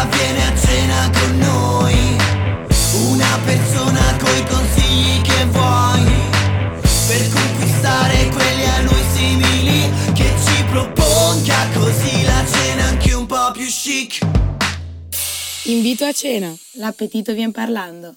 ora viene a cena con noi. Una persona coi consigli che vuoi, per conquistare quelli a lui simili, che ci proponga così la cena anche un po' più chic. Invito a cena, l'appetito vien parlando.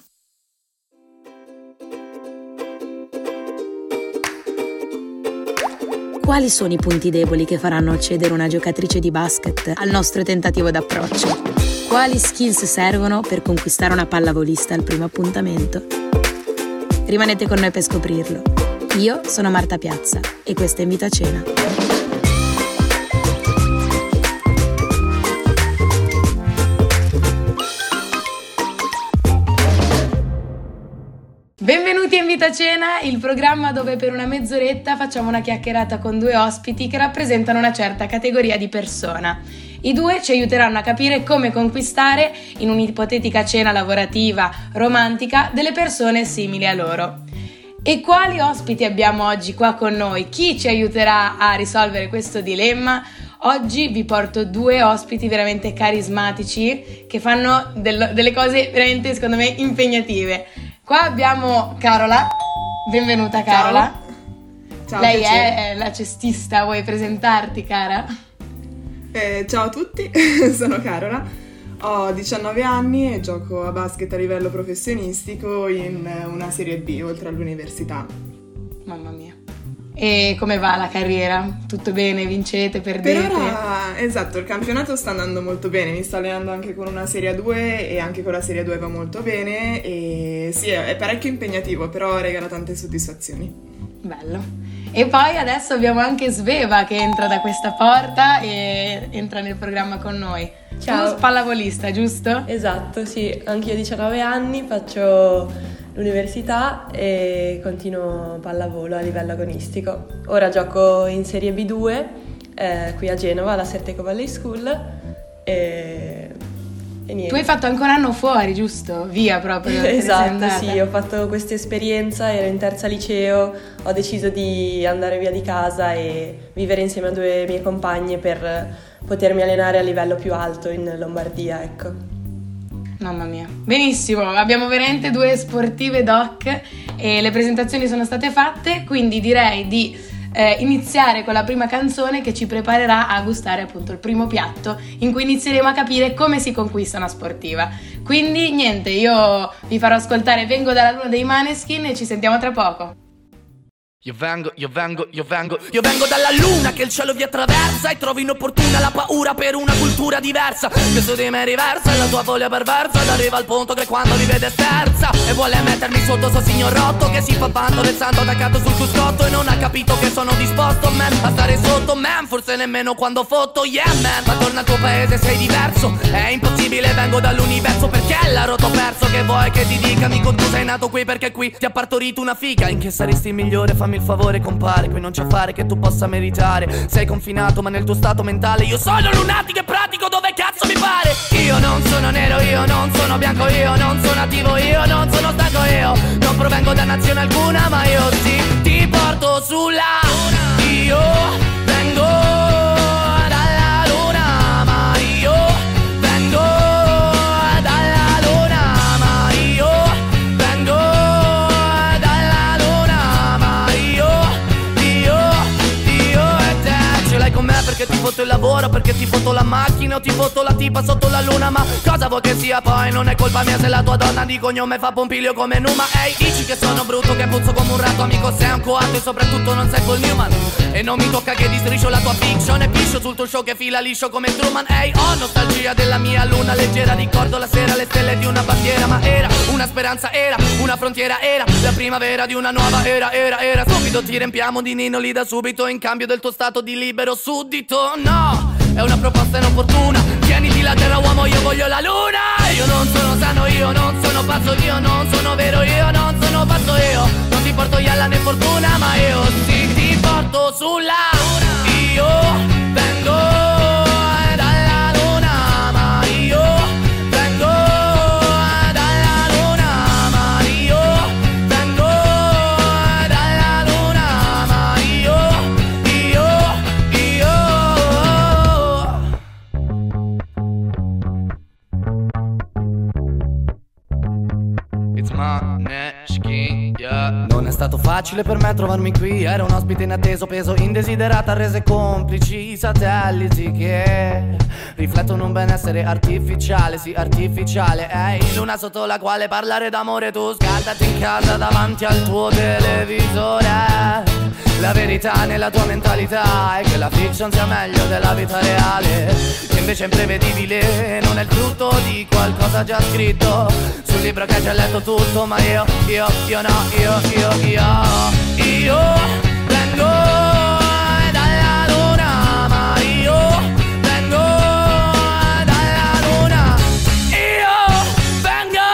Quali sono i punti deboli che faranno accedere una giocatrice di basket al nostro tentativo d'approccio? Quali skills servono per conquistare una pallavolista al primo appuntamento? Rimanete con noi per scoprirlo. Io sono Marta Piazza e questo è Invito a cena. Benvenuti a Invito a cena, il programma dove per una mezz'oretta facciamo una chiacchierata con due ospiti che rappresentano una certa categoria di persona. I due ci aiuteranno a capire come conquistare, in un'ipotetica cena lavorativa, romantica, delle persone simili a loro. E quali ospiti abbiamo oggi qua con noi? Chi ci aiuterà a risolvere questo dilemma? Oggi vi porto due ospiti veramente carismatici che fanno delle cose veramente, secondo me, impegnative. Qua abbiamo Carola, benvenuta Carola. Ciao, lei piacere. è la cestista, vuoi presentarti cara? Ciao a tutti, sono Carola, ho 19 anni e gioco a basket a livello professionistico in una serie B oltre all'università. Mamma mia. E come va la carriera? Tutto bene? Vincete? Per Perdete? ora, esatto, il campionato sta andando molto bene, mi sto allenando anche con una Serie A2 e anche con la Serie A2 va molto bene e sì, è parecchio impegnativo, però regala tante soddisfazioni. Bello. E poi adesso abbiamo anche Sveva che entra da questa porta e entra nel programma con noi. Ciao. Tu pallavolista, giusto? Esatto, sì, anch'io ho 19 anni, faccio l'università e continuo pallavolo a livello agonistico. Ora gioco in Serie B2 qui a Genova, alla Serteco Valley School e niente. Tu hai fatto anche un anno fuori, giusto? Via proprio. Esatto, sì, ho fatto questa esperienza, ero in terza liceo, ho deciso di andare via di casa e vivere insieme a due mie compagne per potermi allenare a livello più alto in Lombardia, ecco. Mamma mia. Benissimo, abbiamo veramente due sportive doc e le presentazioni sono state fatte, quindi direi di iniziare con la prima canzone che ci preparerà a gustare appunto il primo piatto in cui inizieremo a capire come si conquista una sportiva. Quindi niente, io vi farò ascoltare Vengo dalla luna dei Maneskin e ci sentiamo tra poco. Io vengo dalla luna che il cielo vi attraversa e trovo inopportuna la paura per una cultura diversa. Che su di me riversa e la tua voglia perversa ed arriva al punto che quando mi vede sterza e vuole mettermi sotto suo signor rotto che si fa vanto del santo attaccato sul cruscotto e non ha capito che sono disposto, man, a stare sotto, man, forse nemmeno quando fotto, yeah, man. Ma torna al tuo paese, sei diverso, è impossibile, vengo dall'universo perché l'ha rotto perso. Che vuoi che ti dica, amico, tu sei nato qui perché qui ti ha partorito una figa. In che saresti il migliore, fammi il favore compare, qui non c'è affare che tu possa meritare. Sei confinato ma nel tuo stato mentale io sono lunatico e pratico dove cazzo mi pare. Io non sono nero, io non sono bianco, io non sono attivo, io non sono stanco, io non provengo da nazione alcuna, ma io sì, ti porto sulla luna. Io vengo dalla luna, ma io vengo dalla luna, ma io vengo dalla luna, ma io e te. Ce l'hai con me perché ti foto il lavoro, perché ti foto la macchina o ti foto la tipa sotto la luna. Ma cosa vuoi che sia poi? Non è colpa mia se la tua donna di cognome fa Pompilio come Numa. Ehi, dici che sono brutto, che puzzo come un ratto, amico sei un coatto e soprattutto non sei Paul Newman. E non mi tocca che distriscio la tua fiction e piscio sul tuo show che fila liscio come Truman. Ehi, ho nostalgia della mia luna leggera, ricordo la sera le stelle di una bandiera. Ma era una speranza, era una frontiera, era la primavera di una nuova era. Subito ti riempiamo di ninoli da subito in cambio del tuo stato di libero suddito. No, è una proposta inopportuna, tieniti la terra uomo, io voglio la luna. Io non sono sano, io non sono pazzo, io non sono vero, io non sono pazzo, io non ti porto ialla né fortuna, ma io sì ti porto sulla luna. Io vengo dalla luna, ma io vengo dalla luna, ma io vengo dalla luna, ma io facile per me trovarmi qui, ero un ospite inatteso, peso indesiderata, rese complici i satelliti che riflettono un benessere artificiale, sì artificiale. Ehi, luna sotto la quale parlare d'amore, tu scaldati in casa davanti al tuo televisore. La verità nella tua mentalità è che la fiction sia meglio della vita reale, che invece è imprevedibile, non è il frutto di qualcosa già scritto sul libro che hai già letto tutto. Ma io vengo dalla luna, ma io vengo dalla luna, io vengo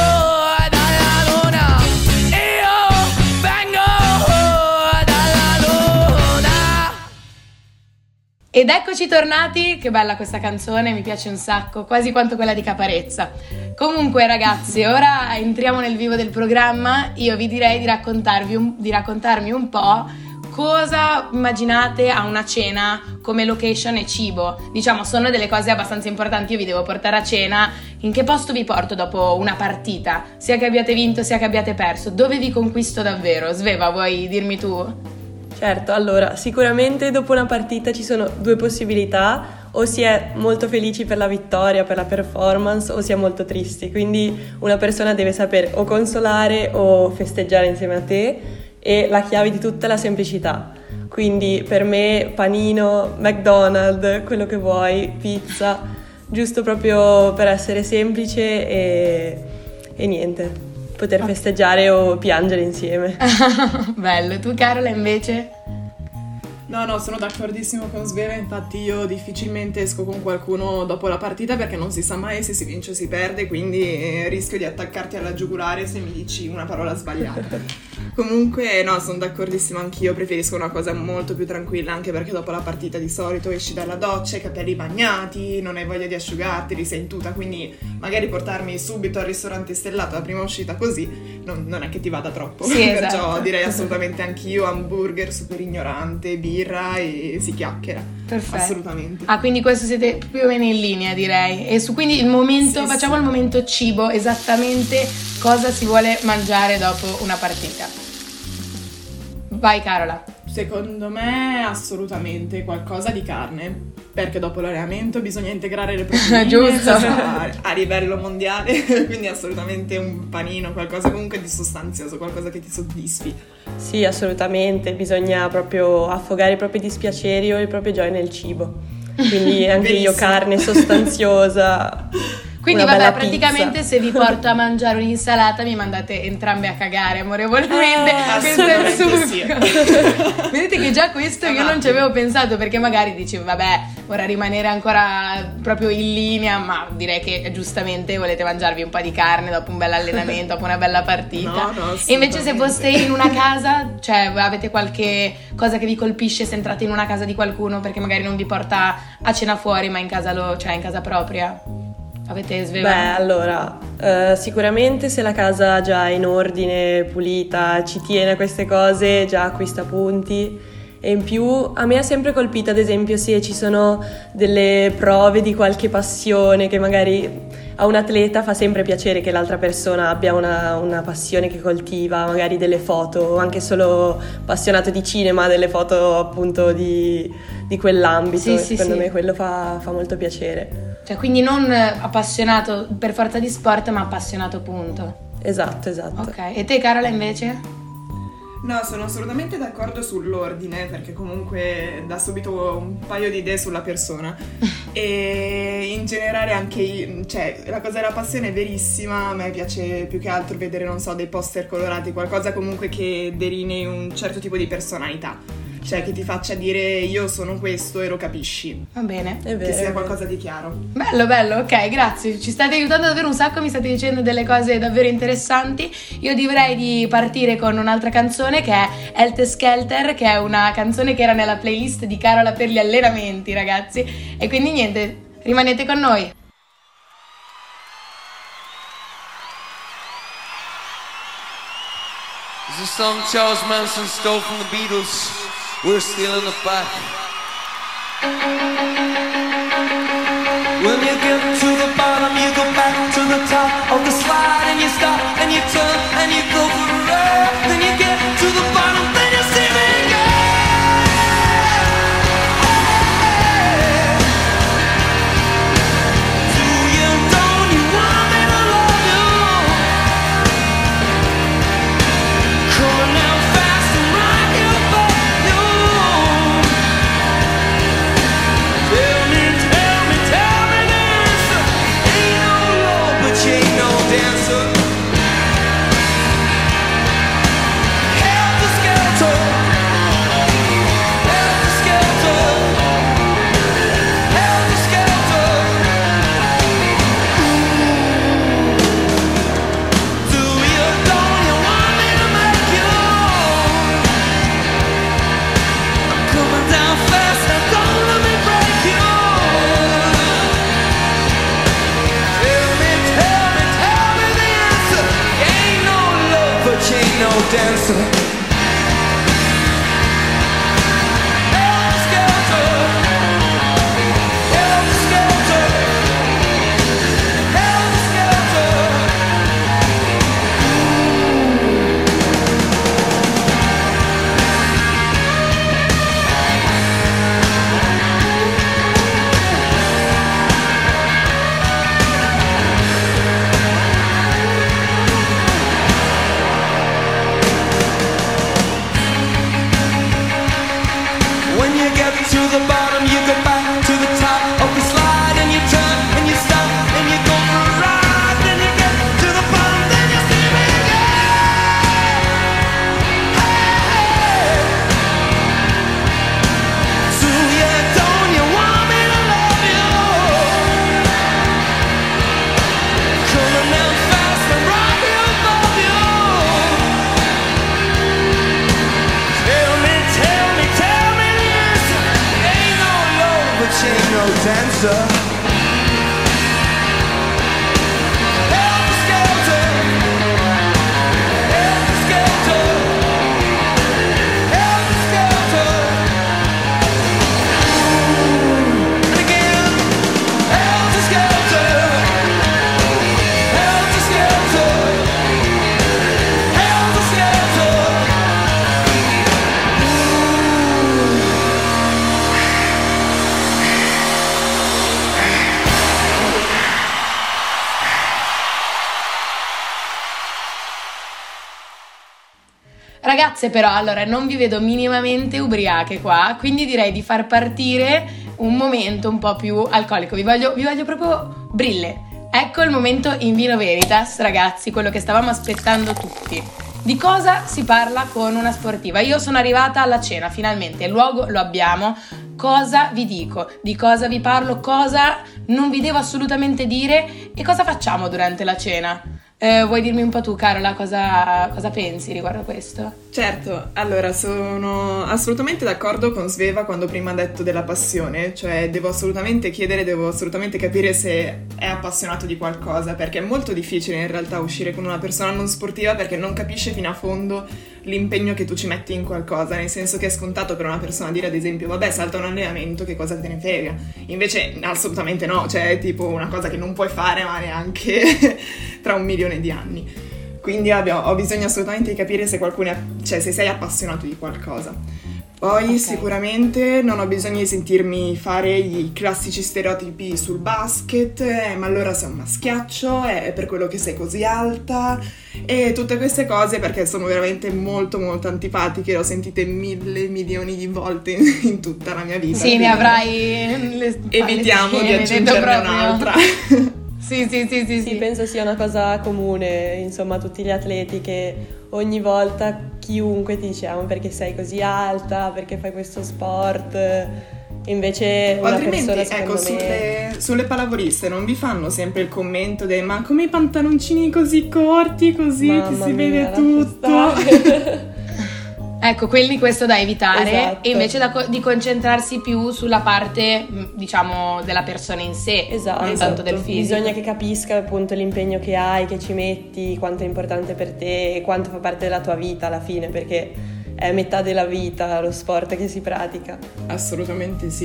dalla luna, io vengo dalla luna. Ed eccoci tornati, che bella questa canzone, mi piace un sacco, quasi quanto quella di Caparezza. Comunque ragazzi, ora entriamo nel vivo del programma. Io vi direi di raccontarmi un po' cosa immaginate a una cena come location e cibo. Diciamo, sono delle cose abbastanza importanti. Io vi devo portare a cena, in che posto vi porto dopo una partita? Sia che abbiate vinto, sia che abbiate perso. Dove vi conquisto davvero? Sveva, vuoi dirmi tu? Certo, allora, sicuramente dopo una partita ci sono due possibilità: o si è molto felici per la vittoria, per la performance, o si è molto tristi. Quindi una persona deve saper o consolare o festeggiare insieme a te, e la chiave di tutta è la semplicità. Quindi per me panino, McDonald's, quello che vuoi, pizza, giusto proprio per essere semplice e niente, poter festeggiare o piangere insieme. Bello, tu Carola invece? No, sono d'accordissimo con Sveva, infatti io difficilmente esco con qualcuno dopo la partita perché non si sa mai se si vince o si perde, quindi rischio di attaccarti alla giugulare se mi dici una parola sbagliata. Comunque no, sono d'accordissimo anch'io, preferisco una cosa molto più tranquilla, anche perché dopo la partita di solito esci dalla doccia, i capelli bagnati, non hai voglia di asciugarti, risentuta, quindi magari portarmi subito al ristorante stellato la prima uscita così non è che ti vada troppo. Sì, esatto. Perciò direi assolutamente anch'io hamburger super ignorante, birra e si chiacchiera. Perfetto. Assolutamente. Ah, quindi questo siete più o meno in linea, direi. E su quindi il momento, Sì, facciamo sì. il momento cibo, esattamente cosa si vuole mangiare dopo una partita. Vai Carola. Secondo me assolutamente qualcosa di carne, perché dopo l'allenamento bisogna integrare le proteine Giusto. a livello mondiale, quindi assolutamente un panino, qualcosa comunque di sostanzioso, qualcosa che ti soddisfi. Sì, assolutamente, bisogna proprio affogare i propri dispiaceri o le proprie gioie nel cibo. Quindi anche io Benissimo. carne sostanziosa. Quindi una vabbè, bella praticamente pizza. se vi porto a mangiare un'insalata mi mandate entrambe a cagare amorevolmente. Questo è il assolutamente succo. Vedete che già questo io non ci Esatto. avevo pensato, perché magari dicevo vabbè, vorrei rimanere ancora proprio in linea, ma direi che giustamente volete mangiarvi un po' di carne dopo un bel allenamento, dopo una bella partita. No, E invece se assolutamente. foste in una casa, cioè avete qualche cosa che vi colpisce se entrate in una casa di qualcuno, perché magari non vi porta a cena fuori ma in casa, cioè in casa propria? Avete svelato? Beh, allora, sicuramente se la casa già è in ordine, pulita, ci tiene a queste cose, già acquista punti. E in più a me ha sempre colpito, ad esempio, se ci sono delle prove di qualche passione, che magari a un atleta fa sempre piacere che l'altra persona abbia una passione che coltiva, magari delle foto, o anche solo appassionato di cinema, delle foto appunto di quell'ambito. Sì, sì, Secondo sì. me quello fa molto piacere. Cioè, quindi non appassionato per forza di sport, ma appassionato punto. Esatto. Ok, e te Carola invece? No, sono assolutamente d'accordo sull'ordine, perché comunque dà subito un paio di idee sulla persona. E in generale anche cioè la cosa della passione è verissima, a me piace più che altro vedere, non so, dei poster colorati, qualcosa comunque che delinei un certo tipo di personalità, cioè che ti faccia dire io sono questo e lo capisci, Va bene. È vero. che è sia vero. qualcosa di chiaro. Bello, ok, grazie. Ci state aiutando davvero un sacco, mi state dicendo delle cose davvero interessanti. Io direi di partire con un'altra canzone che è Helter Skelter, che è una canzone che era nella playlist di Carola per gli allenamenti, ragazzi. E quindi niente, rimanete con noi. This is a song Charles Manson stole from the Beatles. We're still in the back. When you get to the bottom, you go back to the top of the slide, and you stop and you turn and you go for a ride. Then you get to the bottom. dancer. To the bottom, you go back to the top of the slide, and you turn and you stop and you go for a ride. Then you get to the bottom, then you see me again. Hey, so yeah, don't you want me to love you? Coming down fast and right here above you. Tell me, tell me, tell me this. Ain't no love, but she ain't no dancer. Helter skelter, helter skelter, helter skelter. And again, helter skelter, helter skelter, helter skelter. Ragazze, però, allora non vi vedo minimamente ubriache qua, quindi direi di far partire un momento un po' più alcolico. Vi voglio proprio brille. Ecco il momento in Vino Veritas, ragazzi, quello che stavamo aspettando tutti. Di cosa si parla con una sportiva? Io sono arrivata alla cena, finalmente, il luogo lo abbiamo. Cosa vi dico? Di cosa vi parlo? Cosa non vi devo assolutamente dire? E cosa facciamo durante la cena? Vuoi dirmi un po' tu, Carola, cosa pensi riguardo a questo? Certo, allora sono assolutamente d'accordo con Sveva quando prima ha detto della passione, cioè devo assolutamente chiedere, devo assolutamente capire se è appassionato di qualcosa, perché è molto difficile in realtà uscire con una persona non sportiva perché non capisce fino a fondo l'impegno che tu ci metti in qualcosa, nel senso che è scontato per una persona dire ad esempio vabbè salta un allenamento, che cosa te ne frega, invece assolutamente no, cioè è tipo una cosa che non puoi fare ma neanche tra 1 milione di anni. Quindi ho bisogno assolutamente di capire se qualcuno cioè se sei appassionato di qualcosa. Poi Okay. Sicuramente non ho bisogno di sentirmi fare i classici stereotipi sul basket, ma allora sei un maschiaccio, è per quello che sei così alta, e tutte queste cose perché sono veramente molto molto antipatiche, le ho sentite 1.000 milioni di volte in tutta la mia vita. Sì, ne quindi avrai le evitiamo di piene, aggiungerne vedo proprio. un'altra. Sì. Penso sia una cosa comune, insomma, a tutti gli atleti, che ogni volta chiunque ti dice ma perché sei così alta, perché fai questo sport, invece una Altrimenti, persona secondo ecco, me... sulle pallavoliste non vi fanno sempre il commento ma come i pantaloncini così corti, così ti si vede tutto. Ecco, quindi questo da evitare, Esatto. e invece di concentrarsi più sulla parte, diciamo, della persona in sé, Esatto, non tanto del fisico. Bisogna che capisca appunto l'impegno che hai, che ci metti, quanto è importante per te e quanto fa parte della tua vita alla fine, perché è metà della vita lo sport che si pratica. Assolutamente sì.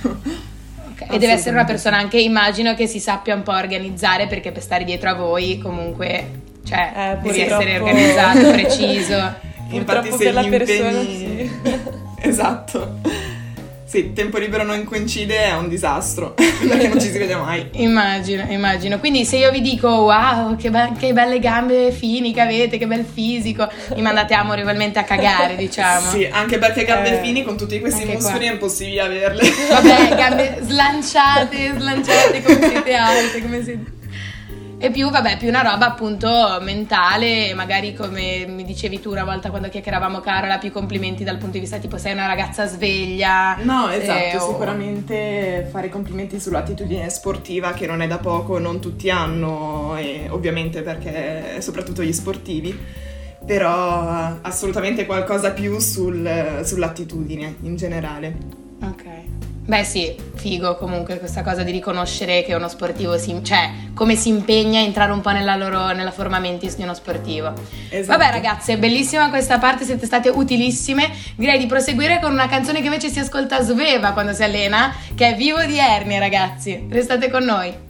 E deve essere una persona anche, immagino, che si sappia un po' organizzare, perché per stare dietro a voi comunque, cioè, devi purtroppo- essere organizzato, preciso. Infatti Purtroppo se per la gli persona impegni... sì. Esatto. Sì, tempo libero non coincide è un disastro, perché non ci si vede mai. Immagino. Quindi se io vi dico wow, che belle gambe fini che avete, che bel fisico, mi mandate amorevolmente a cagare, diciamo. Sì, anche perché gambe fini con tutti questi anche muscoli qua. è impossibile averle. Vabbè, gambe slanciate come siete alte, come siete... E più una roba appunto mentale, magari come mi dicevi tu una volta quando chiacchieravamo, Carola, più complimenti dal punto di vista tipo sei una ragazza sveglia. No, esatto, o- sicuramente fare complimenti sull'attitudine sportiva che non è da poco, non tutti hanno, e ovviamente perché soprattutto gli sportivi, però assolutamente qualcosa più sull'attitudine in generale. Ok. Beh sì, figo comunque questa cosa di riconoscere che uno sportivo cioè come si impegna a entrare un po' nella forma mentis di uno sportivo. Esatto. Vabbè ragazze, bellissima questa parte, siete state utilissime. Direi di proseguire con una canzone che invece si ascolta a Sveva quando si allena, che è Vivo di Ernia, ragazzi. Restate con noi.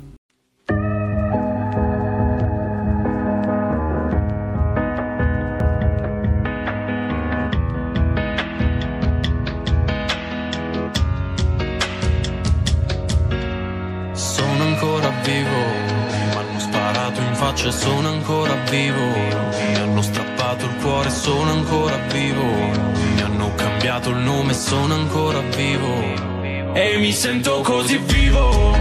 Sono ancora vivo, m'hanno sparato in faccia e sono ancora vivo. Mi hanno strappato il cuore e sono ancora vivo. Mi hanno cambiato il nome e sono ancora vivo. E mi sento così vivo.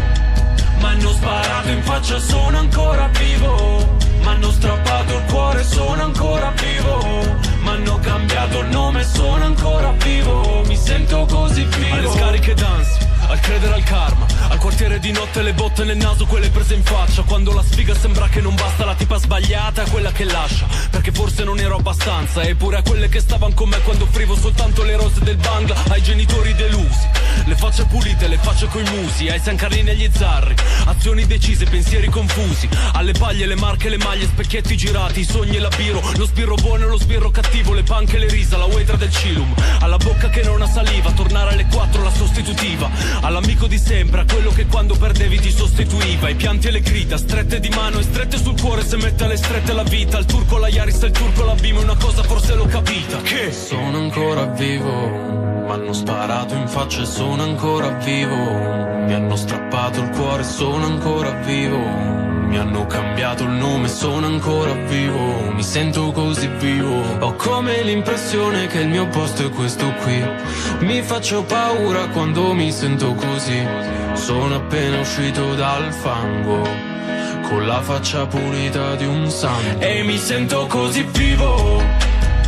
M'hanno sparato in faccia e sono ancora vivo. M'hanno strappato il cuore e sono ancora vivo. M'hanno cambiato il nome e sono ancora vivo. Mi sento così vivo. Alle scariche danze, al credere al karma, al quartiere di notte le botte nel naso, quelle prese in faccia. Quando la sfiga sembra che non basta, la tipa sbagliata è quella che lascia, perché forse non ero abbastanza. Eppure a quelle che stavano con me quando offrivo soltanto le rose del Bangla, ai genitori delusi, le facce pulite, le facce coi musi, ai Sancarlini e agli Zarri, azioni decise, pensieri confusi, alle paglie, le marche, le maglie, specchietti girati, i sogni e la biro, lo sbirro buono e lo sbirro cattivo, le panche e le risa, la wedra del Cilum, alla bocca che non ha saliva, tornare alle 4 la sostitutiva, all'amico di sempre, a quello che quando perdevi ti sostituiva, i pianti e le grida, strette di mano e strette sul cuore, se mette alle strette la vita, il turco, la Yaris e il turco, la Bima, una cosa forse l'ho capita, che sono ancora vivo. M'hanno sparato in faccia e sono ancora vivo. Mi hanno strappato il cuore e sono ancora vivo. Mi hanno cambiato il nome e sono ancora vivo. Mi sento così vivo. Ho come l'impressione che il mio posto è questo qui. Mi faccio paura quando mi sento così. Sono appena uscito dal fango, con la faccia pulita di un santo. E mi sento così vivo.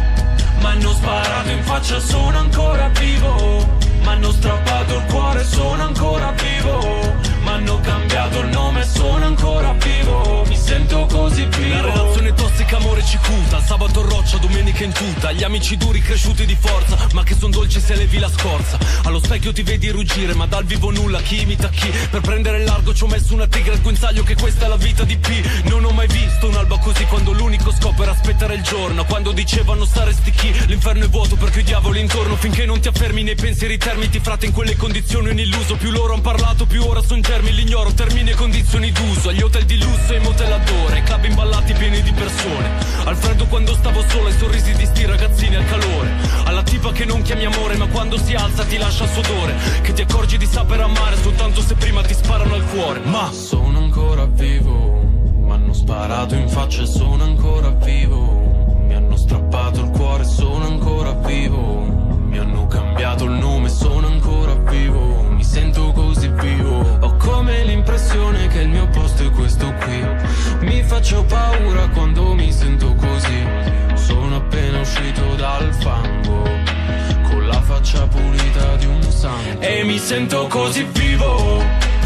M'hanno sparato in faccia, sono ancora vivo. M'hanno strappato il cuore, sono ancora vivo. M'hanno cambiato il nome, sono ancora vivo. Mi sento così vivo. La relazione tossica, amore cicuta. Sabato roccia, domenica in tuta. Gli amici duri cresciuti di forza, ma che son dolci se levi la scorza. Allo specchio ti vedi ruggire, ma dal vivo nulla, chi imita chi. Per prendere largo ci ho messo una tigre al guinzaglio, che questa è la vita di P. Non ho mai visto un'alba così, quando l'unico scopo era aspettare il giorno. Quando dicevano saresti chi, l'inferno è vuoto perché i diavoli intorno. Finché non ti affermi nei pensieri termiti, frate, in quelle condizioni un illuso. Più loro han parlato, più ora son germi, l'ignoro, termini e condizioni d'uso. Agli hotel di lusso e i motelladore, ai club imballati pieni di persone. Al freddo quando stavo solo, ai sorrisi di sti ragazzini al calore. Alla tipa che non chiami amore, ma quando si alza ti lascia il suo odore. Che ti accorgi di saper amare soltanto se prima ti sparano al cuore. Ma sono ancora vivo. M'hanno sparato in faccia e sono ancora vivo. Mi hanno strappato il cuore e sono ancora vivo. Mi hanno cambiato il nome, sono ancora vivo. Mi sento così vivo. Ho come l'impressione che il mio posto è questo qui. Mi faccio paura quando mi sento così. Sono appena uscito dal fango, con la faccia pulita di un santo. E mi sento così vivo.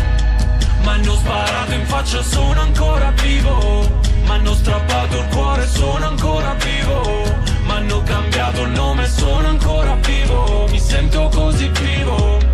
M'hanno sparato in faccia, sono ancora vivo. M'hanno strappato il cuore, sono ancora vivo. M'hanno cambiato il nome, sono ancora vivo. Mi sento così vivo.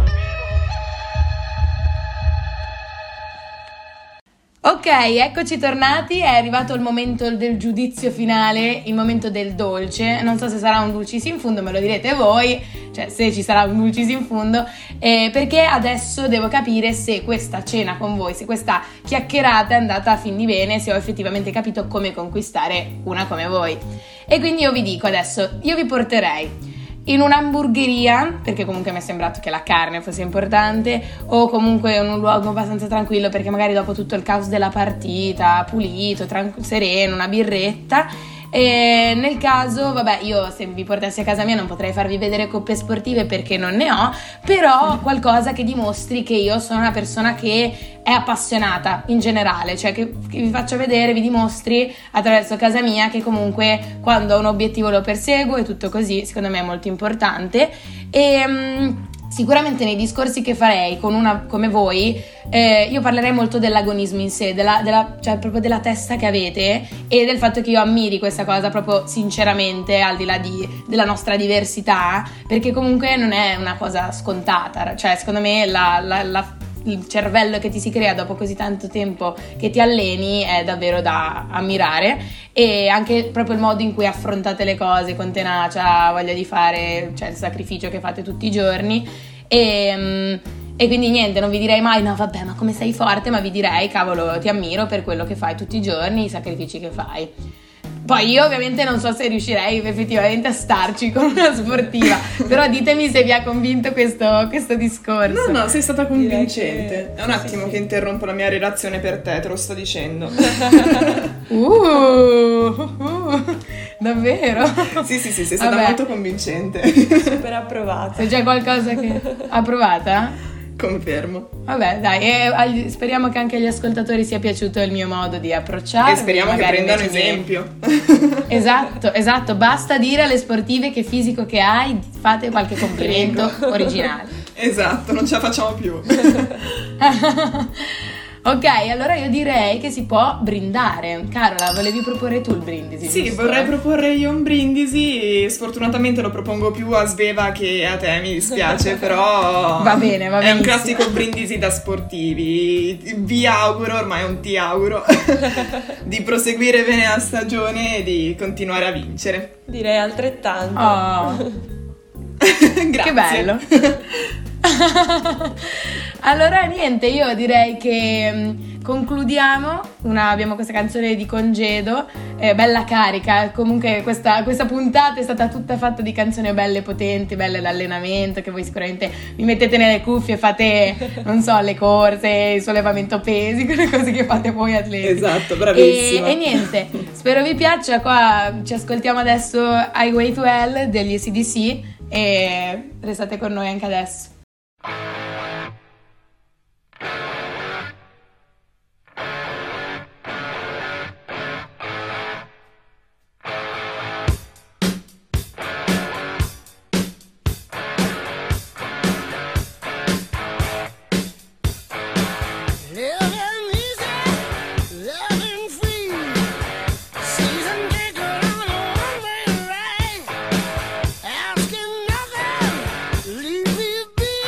Ok, eccoci tornati, è arrivato il momento del giudizio finale, il momento del dolce. Non so se sarà un dulcis in fundo, me lo direte voi, cioè se ci sarà un dulcis in fundo, perché adesso devo capire se questa cena con voi, se questa chiacchierata è andata a fin di bene, se ho effettivamente capito come conquistare una come voi. E quindi io vi dico adesso, io vi porterei in un'hamburgeria, perché comunque mi è sembrato che la carne fosse importante, o comunque in un luogo abbastanza tranquillo, perché magari dopo tutto il caos della partita, pulito, sereno, una birretta. E nel caso, vabbè, io se vi portassi a casa mia non potrei farvi vedere coppe sportive perché non ne ho, però qualcosa che dimostri che io sono una persona che è appassionata in generale, cioè che vi faccio vedere, vi dimostri attraverso casa mia che comunque quando ho un obiettivo lo perseguo e tutto così, secondo me è molto importante. E sicuramente nei discorsi che farei con una come voi, io parlerei molto dell'agonismo in sé, cioè proprio della testa che avete e del fatto che io ammiri questa cosa proprio sinceramente, al di là della nostra diversità, perché comunque non è una cosa scontata, cioè secondo me il cervello che ti si crea dopo così tanto tempo che ti alleni è davvero da ammirare, e anche proprio il modo in cui affrontate le cose con tenacia, voglia di fare, cioè il sacrificio che fate tutti i giorni, e quindi niente, non vi direi mai no vabbè ma come sei forte, ma vi direi cavolo ti ammiro per quello che fai tutti i giorni, i sacrifici che fai. Poi io ovviamente non so se riuscirei effettivamente a starci con una sportiva, però ditemi se vi ha convinto questo discorso. No, sei stata convincente. È un attimo che interrompo la mia relazione per te lo sto dicendo. Davvero? Sì, sei stata molto convincente. Super approvata. Se c'è qualcosa che... Approvata? Confermo. Vabbè, dai, e speriamo che anche agli ascoltatori sia piaciuto il mio modo di approcciare. E speriamo che prendano esempio. Esatto, basta dire alle sportive che fisico che hai, fate qualche complimento originale. Esatto, non ce la facciamo più. Ok, allora io direi che si può brindare. Carola, volevi proporre tu il brindisi? Sì, giusto? vorrei proporre io un brindisi. Sfortunatamente lo propongo più a Sveva che a te, mi dispiace, però va bene. È un classico brindisi da sportivi. Vi auguro, ormai non ti auguro, di proseguire bene la stagione e di continuare a vincere. Direi altrettanto. Oh. Grazie. Che bello. Allora niente, io direi che concludiamo. Abbiamo questa canzone di congedo, bella carica. Comunque questa puntata è stata tutta fatta di canzoni belle potenti, belle d'allenamento, che voi sicuramente vi mettete nelle cuffie e fate, non so, le corse, il sollevamento pesi, quelle cose che fate voi atleti. Esatto, bravissima. E niente, spero vi piaccia. Qua ci ascoltiamo adesso Highway to Hell degli AC/DC e restate con noi anche adesso. Asking nothing, leave me be.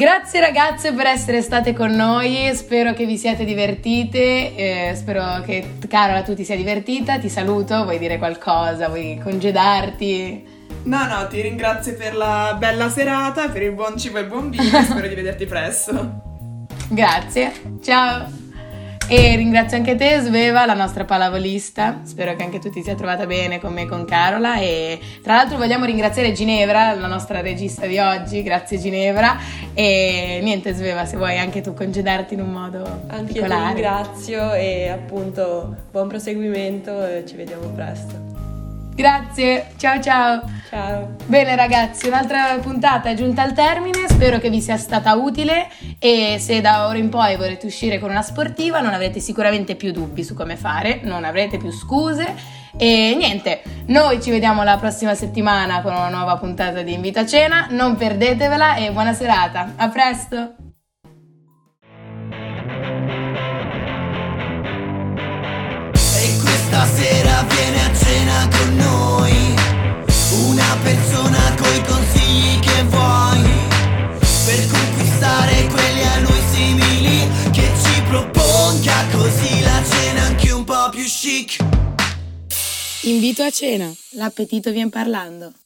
Grazie ragazze per essere state con noi, spero che vi siate divertite, spero che Carola tu ti sia divertita, ti saluto, vuoi dire qualcosa, vuoi congedarti? No, ti ringrazio per la bella serata, per il buon cibo e il buon vino e spero di vederti presto. Grazie, ciao! E ringrazio anche te Sveva, la nostra pallavolista, spero che anche tu ti sia trovata bene con me e con Carola, e tra l'altro vogliamo ringraziare Ginevra, la nostra regista di oggi, grazie Ginevra, e niente Sveva, se vuoi anche tu congedarti in un modo Anche particolare. io ti ringrazio e appunto buon proseguimento e ci vediamo presto. Grazie, ciao ciao! Ciao! Bene ragazzi, un'altra puntata è giunta al termine, spero che vi sia stata utile e se da ora in poi vorrete uscire con una sportiva non avrete sicuramente più dubbi su come fare, non avrete più scuse e niente, noi ci vediamo la prossima settimana con una nuova puntata di Invito a Cena, non perdetevela e buona serata, a presto! E questa sera viene a cena con noi una persona coi consigli che vuoi per conquistare quelli a noi simili, che ci proponga così la cena anche un po' più chic. Invito a Cena, l'appetito vien parlando.